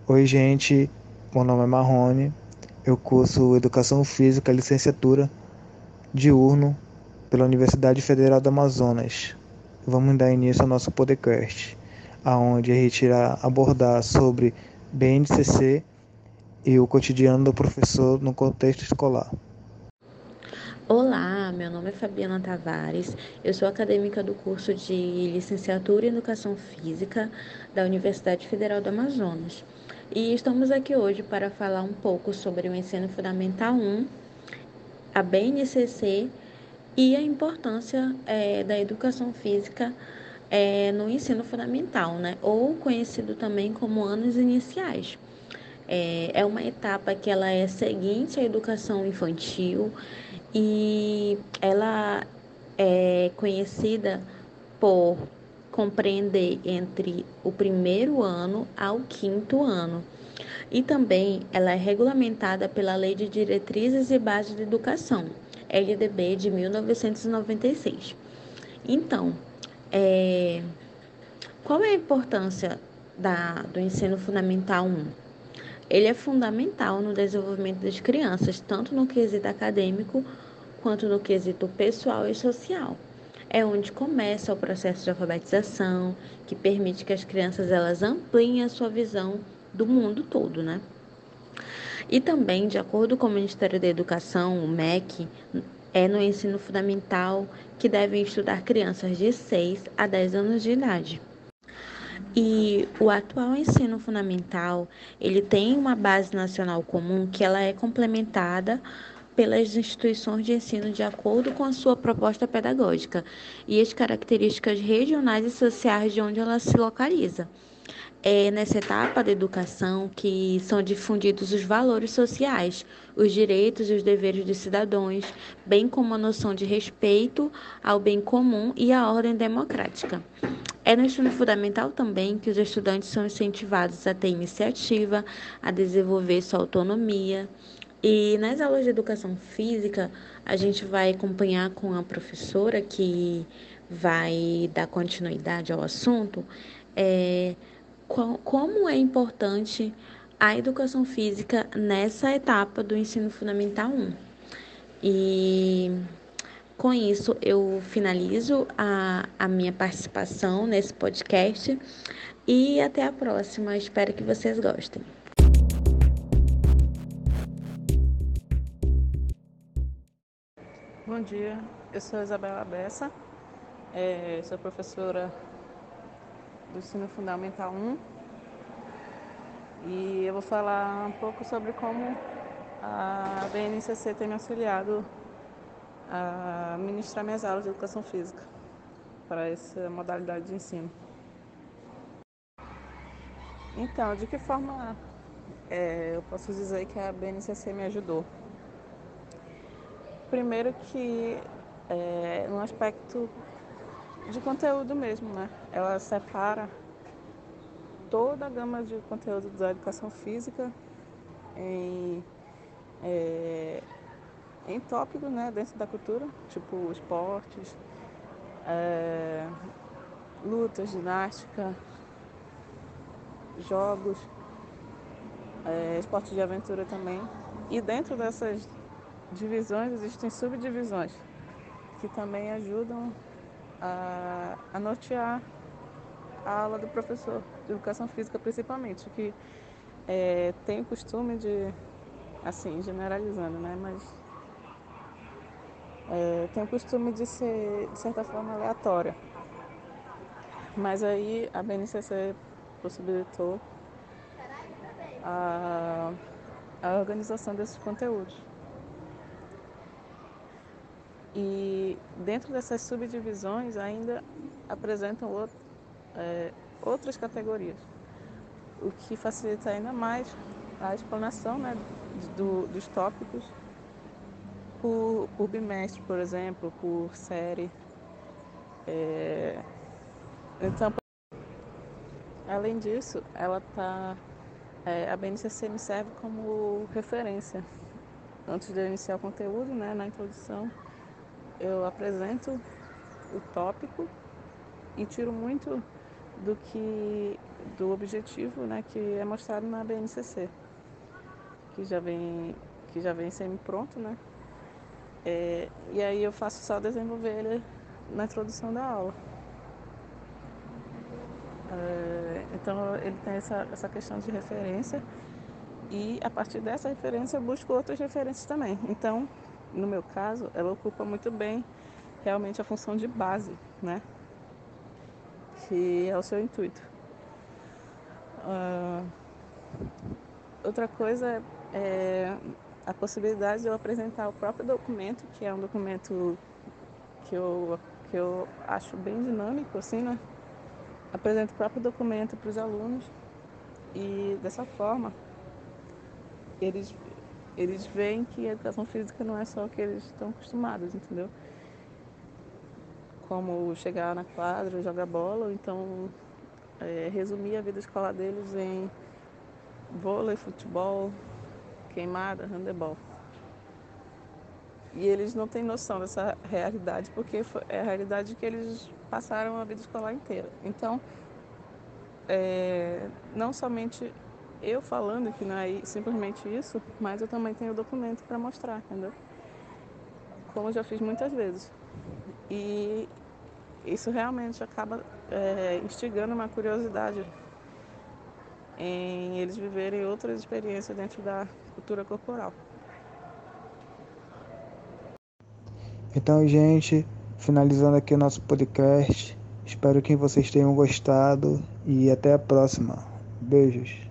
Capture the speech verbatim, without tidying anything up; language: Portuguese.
Oi, gente. Meu nome é Marrone. Eu curso Educação Física, licenciatura diurno pela Universidade Federal do Amazonas. Vamos dar início ao nosso podcast, aonde a gente irá abordar sobre B N C C e o cotidiano do professor no contexto escolar. Olá, meu nome é Fabiana Tavares, eu sou acadêmica do curso de Licenciatura em Educação Física da Universidade Federal do Amazonas. E estamos aqui hoje para falar um pouco sobre o Ensino Fundamental um, a B N C C e a importância é, da educação física é, no ensino fundamental, né? Ou conhecido também como anos iniciais. É, é uma etapa que ela é seguinte à educação infantil e ela é conhecida por compreender entre o primeiro ano ao quinto ano. E também ela é regulamentada pela Lei de Diretrizes e Bases de Educação, L D B de mil novecentos e noventa e seis. Então, é, qual é a importância da, do ensino fundamental um? Ele é fundamental no desenvolvimento das crianças, tanto no quesito acadêmico quanto no quesito pessoal e social. É onde começa o processo de alfabetização, que permite que as crianças elas ampliem a sua visão do mundo todo, né? E também, de acordo com o Ministério da Educação, o M E C, é no ensino fundamental que devem estudar crianças de seis a dez anos de idade. E o atual ensino fundamental, ele tem uma base nacional comum que ela é complementada pelas instituições de ensino de acordo com a sua proposta pedagógica e as características regionais e sociais de onde ela se localiza. É nessa etapa da educação que são difundidos os valores sociais, os direitos e os deveres dos cidadãos, bem como a noção de respeito ao bem comum e à ordem democrática. É no ensino fundamental também que os estudantes são incentivados a ter iniciativa, a desenvolver sua autonomia. E nas aulas de educação física, a gente vai acompanhar com a professora que vai dar continuidade ao assunto, é, como é importante a educação física nessa etapa do ensino fundamental um. E com isso, eu finalizo a, a minha participação nesse podcast e até a próxima. Espero que vocês gostem. Bom dia, eu sou Isabela Bessa, é, sou professora do Ensino Fundamental um e eu vou falar um pouco sobre como a B N C C tem me auxiliado a ministrar minhas aulas de Educação Física para essa modalidade de ensino. Então, de que forma é, eu posso dizer que a B N C C me ajudou? Primeiro que é, no aspecto de conteúdo mesmo, né? Ela separa toda a gama de conteúdo da educação física em, é, em tópicos, né, dentro da cultura, tipo esportes, é, lutas, ginástica, jogos, é, esportes de aventura também. E dentro dessas divisões existem subdivisões que também ajudam a, a nortear a aula do professor de educação física, principalmente, que é, tem o costume de, assim, generalizando, né, mas é, tem o costume de ser, de certa forma, aleatória. Mas aí a B N C C possibilitou a, a organização desses conteúdos. E dentro dessas subdivisões ainda apresentam outro, é, outras categorias, o que facilita ainda mais a explanação, né, do, dos tópicos por, por bimestre, por exemplo, por série. É, então, além disso, ela tá, é, a B N C C me serve como referência. Antes de eu iniciar o conteúdo, né, na introdução, eu apresento o tópico e tiro muito do que do objetivo, né, que é mostrado na B N C C, que já vem, que já vem semi-pronto, né? É, e aí eu faço só desenvolver ele na introdução da aula. É, então ele tem essa, essa questão de referência e a partir dessa referência eu busco outras referências também. Então, no meu caso, ela ocupa muito bem realmente a função de base, né? Que é o seu intuito. Uh, outra coisa é a possibilidade de eu apresentar o próprio documento, que é um documento que eu, que eu acho bem dinâmico, assim, né? Apresento o próprio documento para os alunos e dessa forma eles, eles veem que a educação física não é só o que eles estão acostumados, entendeu? Como chegar na quadra, jogar bola, ou então é, resumir a vida escolar deles em vôlei, futebol, queimada, handebol. E eles não têm noção dessa realidade, porque é a realidade que eles passaram a vida escolar inteira. Então, é, não somente eu falando que não é simplesmente isso, mas eu também tenho o documento para mostrar, entendeu? Como eu já fiz muitas vezes. E isso realmente acaba é, instigando uma curiosidade em eles viverem outras experiências dentro da cultura corporal. Então, gente, finalizando aqui o nosso podcast, espero que vocês tenham gostado e até a próxima. Beijos.